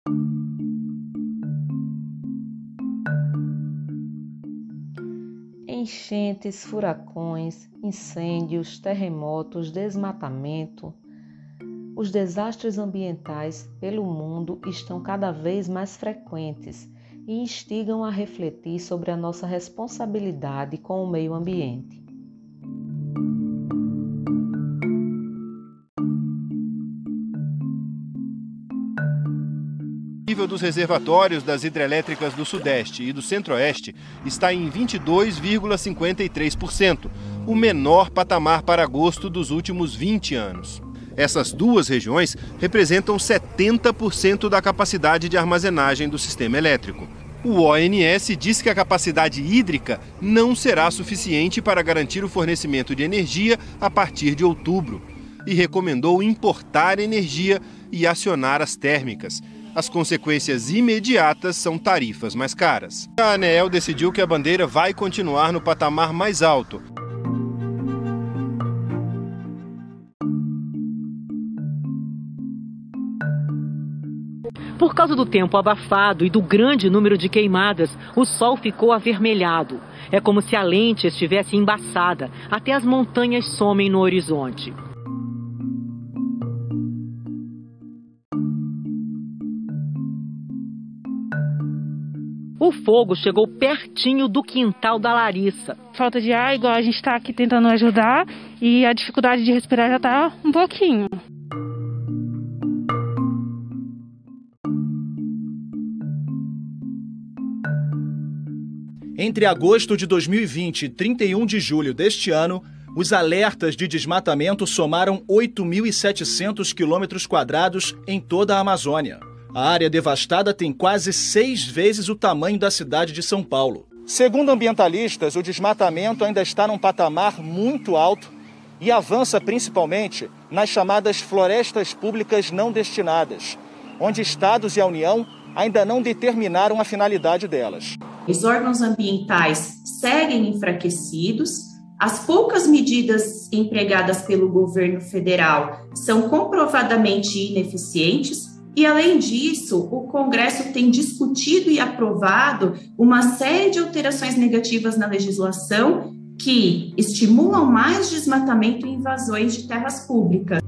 Enchentes, furacões, incêndios, terremotos, desmatamento. Os desastres ambientais pelo mundo estão cada vez mais frequentes e instigam a refletir sobre a nossa responsabilidade com o meio ambiente. O nível dos reservatórios das hidrelétricas do Sudeste e do Centro-Oeste está em 22,53%, o menor patamar para agosto dos últimos 20 anos. Essas duas regiões representam 70% da capacidade de armazenagem do sistema elétrico. O ONS diz que a capacidade hídrica não será suficiente para garantir o fornecimento de energia a partir de outubro e recomendou importar energia e acionar as térmicas. As consequências imediatas são tarifas mais caras. A ANEEL decidiu que a bandeira vai continuar no patamar mais alto. Por causa do tempo abafado e do grande número de queimadas, o sol ficou avermelhado. É como se a lente estivesse embaçada, até as montanhas somem no horizonte. O fogo chegou pertinho do quintal da Larissa. Falta de ar, igual a gente está aqui tentando ajudar, e a dificuldade de respirar já está um pouquinho. Entre agosto de 2020 e 31 de julho deste ano, os alertas de desmatamento somaram 8.700 quilômetros quadrados em toda a Amazônia. A área devastada tem quase 6 vezes o tamanho da cidade de São Paulo. Segundo ambientalistas, o desmatamento ainda está num patamar muito alto e avança principalmente nas chamadas florestas públicas não destinadas, onde estados e a União ainda não determinaram a finalidade delas. Os órgãos ambientais seguem enfraquecidos, as poucas medidas empregadas pelo governo federal são comprovadamente ineficientes e, além disso, o Congresso tem discutido e aprovado uma série de alterações negativas na legislação que estimulam mais desmatamento e invasões de terras públicas.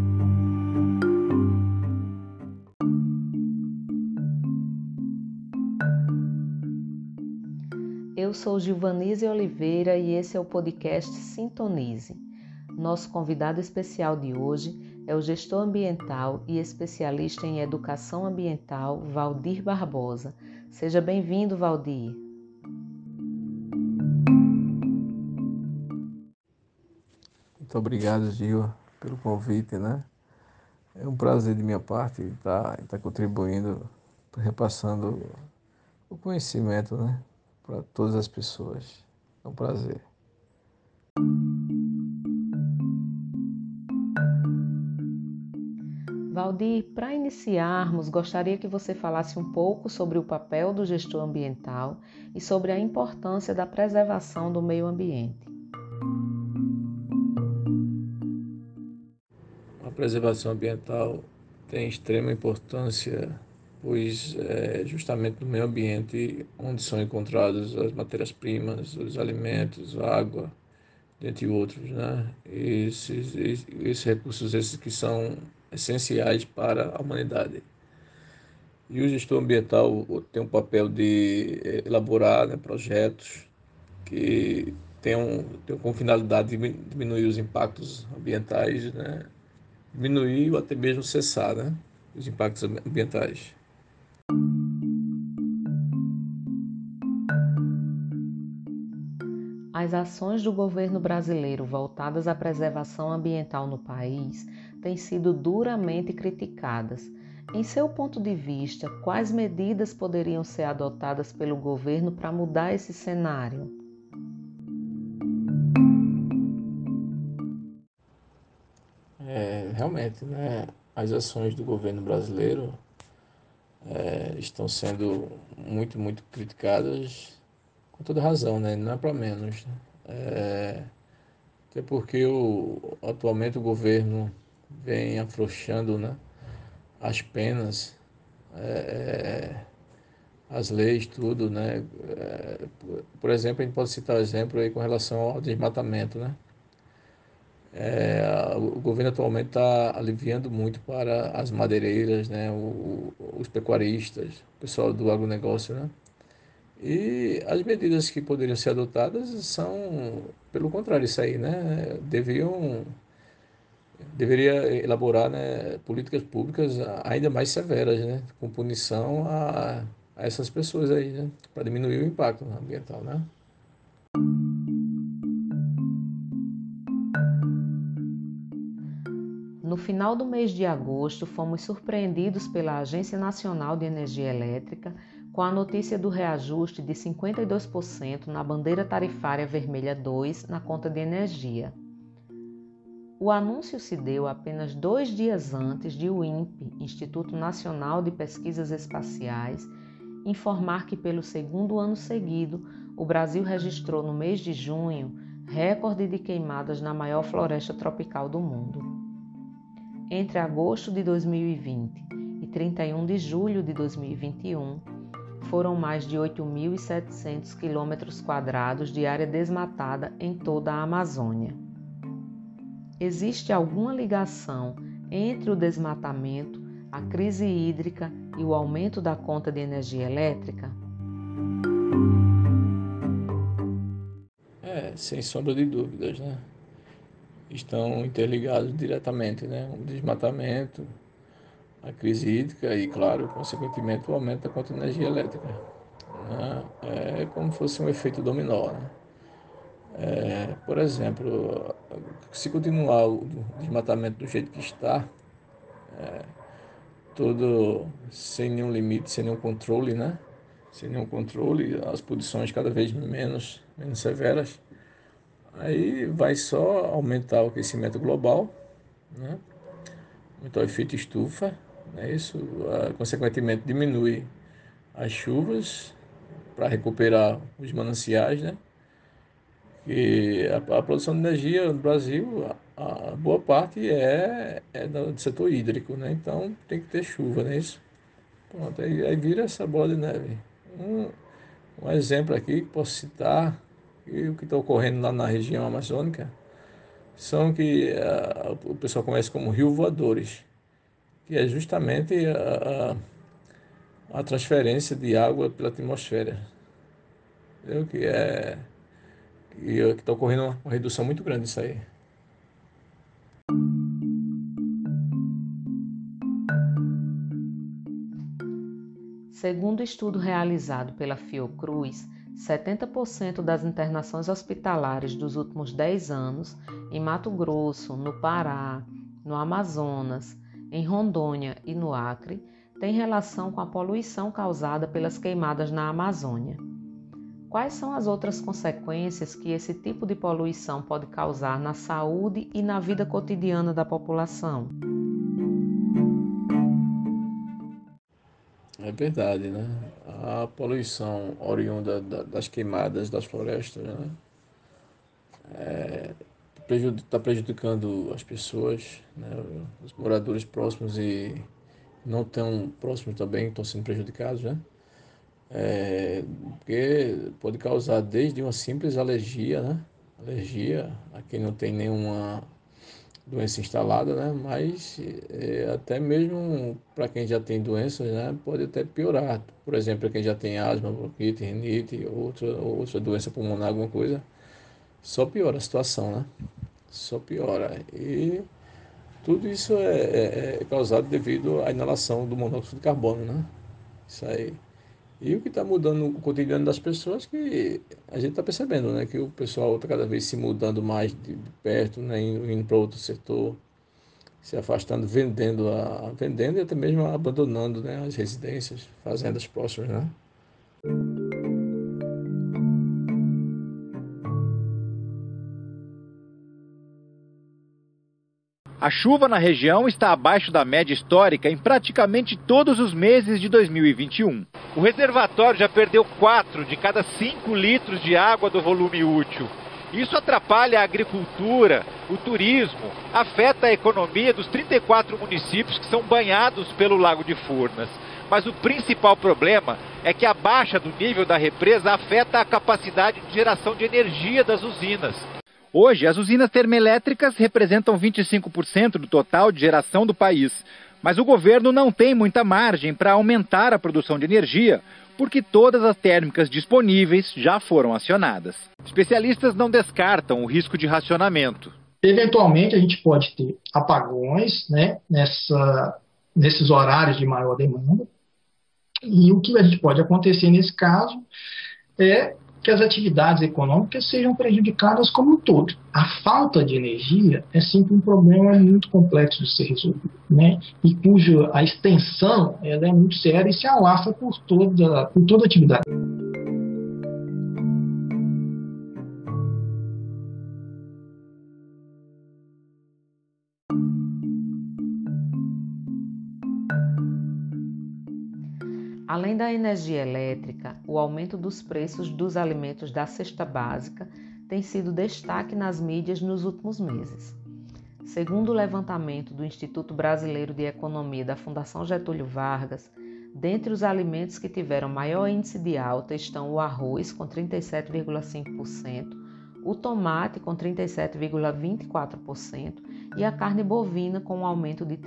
Eu sou Gilvanise Oliveira e esse é o podcast Sintonize. Nosso convidado especial de hoje é o gestor ambiental e especialista em educação ambiental, Valdir Barbosa. Seja bem-vindo, Valdir. Muito obrigado, Gil, pelo convite, né? É um prazer de minha parte estar contribuindo, repassando o conhecimento, né, para todas as pessoas. É um prazer. Valdir, para iniciarmos, gostaria que você falasse um pouco sobre o papel do gestor ambiental e sobre a importância da preservação do meio ambiente. A preservação ambiental tem extrema importância, pois é justamente no meio ambiente onde são encontradas as matérias-primas, os alimentos, a água, dentre outros, né? Esses recursos esses que são essenciais para a humanidade. E o gestor ambiental tem um papel de elaborar, né, projetos que tenham como finalidade diminuir os impactos ambientais, né, diminuir ou até mesmo cessar, né, os impactos ambientais. As ações do governo brasileiro voltadas à preservação ambiental no país têm sido duramente criticadas. Em seu ponto de vista, quais medidas poderiam ser adotadas pelo governo para mudar esse cenário? Realmente, né, as ações do governo brasileiro estão sendo muito criticadas, com toda razão, né? Não é para menos, né? Até porque atualmente o governo vem afrouxando, né, as penas as leis, tudo, né? Por exemplo, a gente pode citar um exemplo aí com relação ao desmatamento, né? O governo atualmente está aliviando muito para as madeireiras, né? Os pecuaristas, o pessoal do agronegócio, né? E as medidas que poderiam ser adotadas são, pelo contrário, isso aí, né? Deveria elaborar, né, políticas públicas ainda mais severas, né? Com punição a essas pessoas aí, né? Para diminuir o impacto ambiental, né? No final do mês de agosto, fomos surpreendidos pela Agência Nacional de Energia Elétrica com a notícia do reajuste de 52% na bandeira tarifária vermelha 2 na conta de energia. O anúncio se deu apenas 2 dias antes de o INPE, Instituto Nacional de Pesquisas Espaciais, informar que pelo segundo ano seguido, o Brasil registrou no mês de junho recorde de queimadas na maior floresta tropical do mundo. Entre agosto de 2020 e 31 de julho de 2021, foram mais de 8.700 km² de área desmatada em toda a Amazônia. Existe alguma ligação entre o desmatamento, a crise hídrica e o aumento da conta de energia elétrica? Sem sombra de dúvidas, né? Estão interligados diretamente, né? O desmatamento, a crise hídrica e, claro, consequentemente, o aumento da conta de energia elétrica, né? É como se fosse um efeito dominó, né? Por exemplo, se continuar o desmatamento do jeito que está, tudo sem nenhum limite, sem nenhum controle, né? Sem nenhum controle, as poluições cada vez menos severas, aí vai só aumentar o aquecimento global, né? Aumentar o efeito estufa, né? Isso, consequentemente, diminui as chuvas para recuperar os mananciais, né? E a produção de energia no Brasil, a boa parte é do setor hídrico, né? Então tem que ter chuva, não é isso? Pronto, aí vira essa bola de neve. Um exemplo aqui que posso citar, e o que está ocorrendo lá na região amazônica, são que o pessoal conhece como rio voadores, que é justamente a transferência de água pela atmosfera. Entendeu? Que está ocorrendo uma redução muito grande disso aí. Segundo estudo realizado pela Fiocruz, 70% das internações hospitalares dos últimos 10 anos, em Mato Grosso, no Pará, no Amazonas, em Rondônia e no Acre, têm relação com a poluição causada pelas queimadas na Amazônia. Quais são as outras consequências que esse tipo de poluição pode causar na saúde e na vida cotidiana da população? É verdade, né? A poluição oriunda das queimadas das florestas, né? Está prejudicando as pessoas, né? Os moradores próximos e não tão próximos também estão sendo prejudicados, né? Porque pode causar desde uma simples alergia, né? Alergia a quem não tem nenhuma doença instalada, né? Mas até mesmo para quem já tem doenças, né? Pode até piorar. Por exemplo, para quem já tem asma, bronquite, rinite, outra doença pulmonar, alguma coisa, só piora a situação, né? Só piora. E tudo isso é causado devido à inalação do monóxido de carbono, né? Isso aí. E o que está mudando o cotidiano das pessoas, que a gente está percebendo, né? Que o pessoal está cada vez se mudando mais de perto, né? Indo para outro setor, se afastando, vendendo e até mesmo abandonando, né? As residências, fazendas próximas, né? A chuva na região está abaixo da média histórica em praticamente todos os meses de 2021. O reservatório já perdeu 4 de cada 5 litros de água do volume útil. Isso atrapalha a agricultura, o turismo, afeta a economia dos 34 municípios que são banhados pelo Lago de Furnas. Mas o principal problema é que a baixa do nível da represa afeta a capacidade de geração de energia das usinas. Hoje, as usinas termoelétricas representam 25% do total de geração do país. Mas o governo não tem muita margem para aumentar a produção de energia, porque todas as térmicas disponíveis já foram acionadas. Especialistas não descartam o risco de racionamento. Eventualmente, a gente pode ter apagões, né, nesses horários de maior demanda. E o que a gente pode acontecer nesse caso é que as atividades econômicas sejam prejudicadas como um todo. A falta de energia é sempre um problema muito complexo de ser resolvido, né? E cuja a extensão ela é muito séria e se alastra por toda a atividade. Além da energia elétrica, o aumento dos preços dos alimentos da cesta básica tem sido destaque nas mídias nos últimos meses. Segundo o levantamento do Instituto Brasileiro de Economia da Fundação Getúlio Vargas, dentre os alimentos que tiveram maior índice de alta estão o arroz, com 37,5%, o tomate, com 37,24%, e a carne bovina, com um aumento de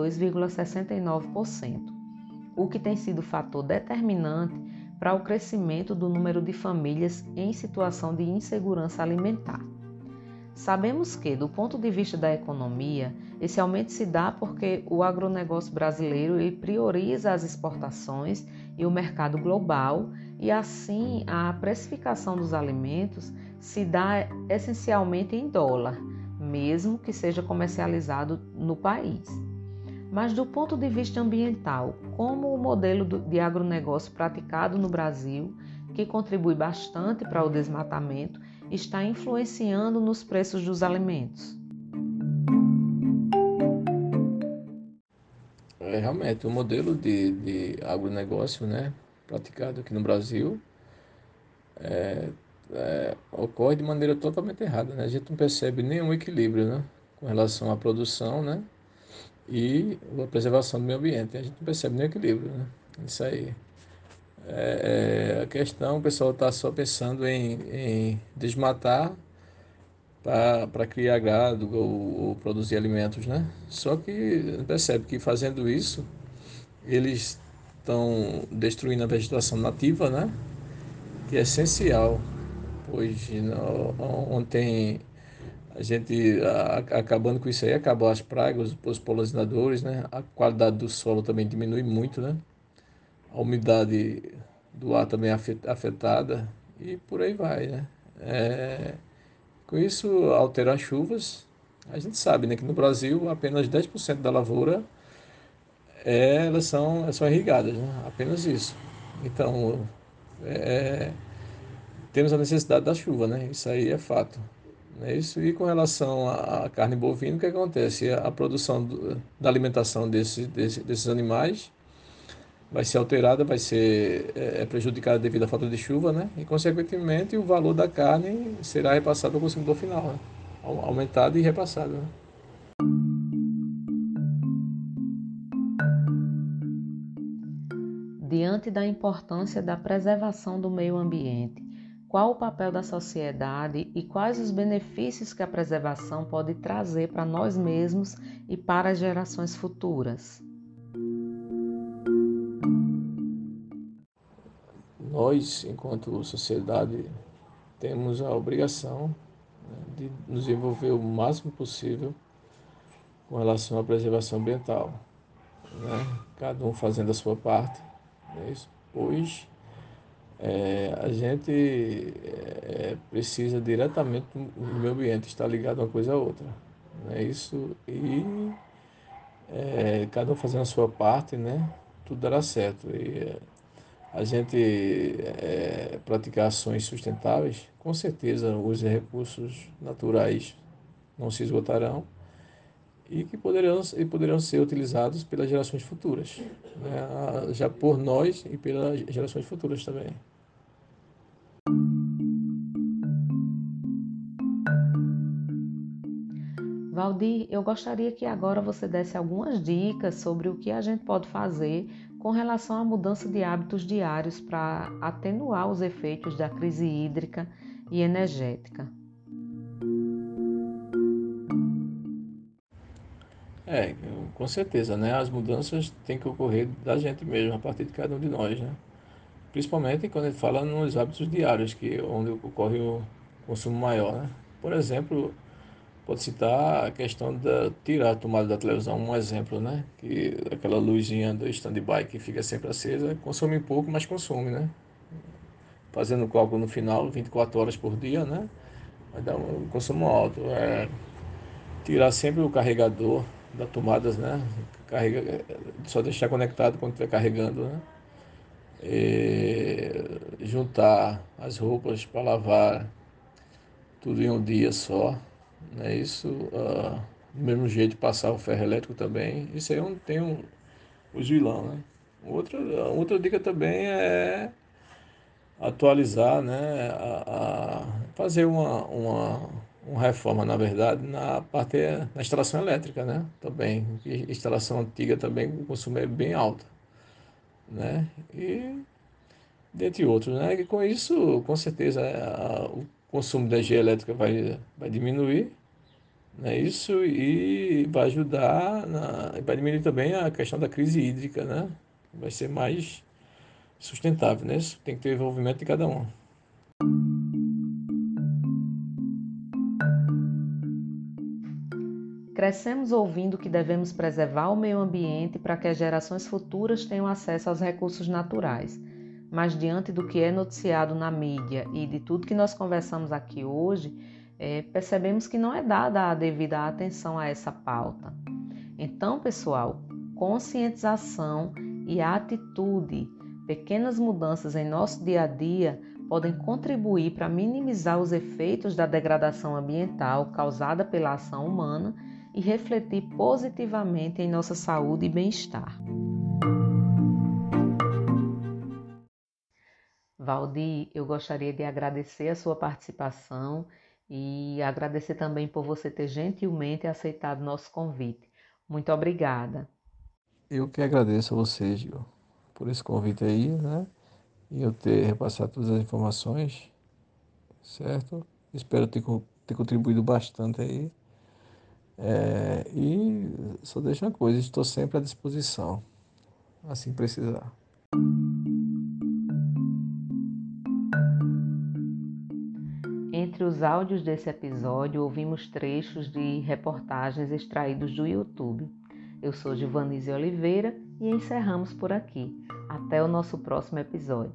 32,69%. O que tem sido fator determinante para o crescimento do número de famílias em situação de insegurança alimentar. Sabemos que, do ponto de vista da economia, esse aumento se dá porque o agronegócio brasileiro prioriza as exportações e o mercado global, e assim a precificação dos alimentos se dá essencialmente em dólar, mesmo que seja comercializado no país. Mas do ponto de vista ambiental, como o modelo de agronegócio praticado no Brasil, que contribui bastante para o desmatamento, está influenciando nos preços dos alimentos? Realmente, o modelo de agronegócio, né, praticado aqui no Brasil ocorre de maneira totalmente errada, né? A gente não percebe nenhum equilíbrio, né, com relação à produção, né, e a preservação do meio ambiente. A gente não percebe nenhum equilíbrio, né? Isso aí. A questão, o pessoal está só pensando em desmatar para criar gado ou produzir alimentos, né? Só que percebe que fazendo isso, eles estão destruindo a vegetação nativa, né? Que é essencial, pois ontem a gente acabando com isso aí, acabam as pragas, os polinizadores, né? A qualidade do solo também diminui muito, né? A umidade do ar também é afetada e por aí vai, né? Com isso, altera as chuvas. A gente sabe, né, que no Brasil apenas 10% da lavoura elas são irrigadas, né? Apenas isso. Então, temos a necessidade da chuva, né? Isso aí é fato. É isso. E com relação à carne bovina, o que acontece? A produção da alimentação desses animais vai ser alterada, vai ser prejudicada devido à falta de chuva, né? E, consequentemente, o valor da carne será repassado ao consumidor final, né? Aumentado e repassado, né? Diante da importância da preservação do meio ambiente, qual o papel da sociedade e quais os benefícios que a preservação pode trazer para nós mesmos e para as gerações futuras? Nós, enquanto sociedade, temos a obrigação, né, de nos envolver o máximo possível com relação à preservação ambiental, né? Cada um fazendo a sua parte, né? Pois a gente precisa diretamente do meio ambiente, estar ligado uma coisa a outra, né? Isso, e cada um fazendo a sua parte, né? Tudo dará certo. E a gente praticar ações sustentáveis, com certeza os recursos naturais não se esgotarão e que poderão ser utilizados pelas gerações futuras, né? Já por nós e pelas gerações futuras também. Valdir, eu gostaria que agora você desse algumas dicas sobre o que a gente pode fazer com com relação à mudança de hábitos diários para atenuar os efeitos da crise hídrica e energética. Com certeza, né? As mudanças têm que ocorrer da gente mesmo, a partir de cada um de nós, né? Principalmente quando a gente fala nos hábitos diários, que é onde ocorre o consumo maior, né? Por exemplo, pode citar a questão de tirar a tomada da televisão, um exemplo, né? Que aquela luzinha do stand-by que fica sempre acesa, consome pouco, mas consome, né? Fazendo o cálculo no final, 24 horas por dia, né? Vai dar um consumo alto. Tirar sempre o carregador da tomada, né? Só deixar conectado quando estiver carregando, né? Juntar as roupas para lavar tudo em um dia só, né? Isso, do mesmo jeito, passar o ferro elétrico também. Isso aí tem os vilão, né? Outra dica também é atualizar, né? Fazer uma reforma, na verdade, na instalação elétrica, né? Também, instalação antiga também, o consumo é bem alto, né? E dentre outros, né? E com isso, com certeza, o consumo de energia elétrica vai diminuir, né? Isso e vai ajudar, vai diminuir também a questão da crise hídrica, né? Vai ser mais sustentável, né? Isso tem que ter envolvimento de cada um. Crescemos ouvindo que devemos preservar o meio ambiente para que as gerações futuras tenham acesso aos recursos naturais. Mas diante do que é noticiado na mídia e de tudo que nós conversamos aqui hoje, percebemos que não é dada a devida atenção a essa pauta. Então, pessoal, conscientização e atitude, pequenas mudanças em nosso dia a dia podem contribuir para minimizar os efeitos da degradação ambiental causada pela ação humana e refletir positivamente em nossa saúde e bem-estar. Valdir, eu gostaria de agradecer a sua participação e agradecer também por você ter gentilmente aceitado nosso convite. Muito obrigada. Eu que agradeço a você, Gil, por esse convite aí, né? E eu ter repassado todas as informações, certo? Espero ter contribuído bastante aí. E só deixo uma coisa, estou sempre à disposição, assim precisar. Entre os áudios desse episódio, ouvimos trechos de reportagens extraídos do YouTube. Eu sou Gilvanise Oliveira e encerramos por aqui. Até o nosso próximo episódio.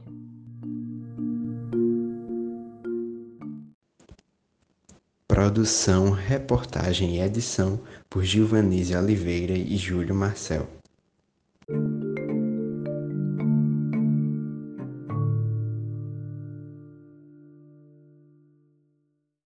Produção, reportagem e edição por Gilvanise Oliveira e Júlio Marcel.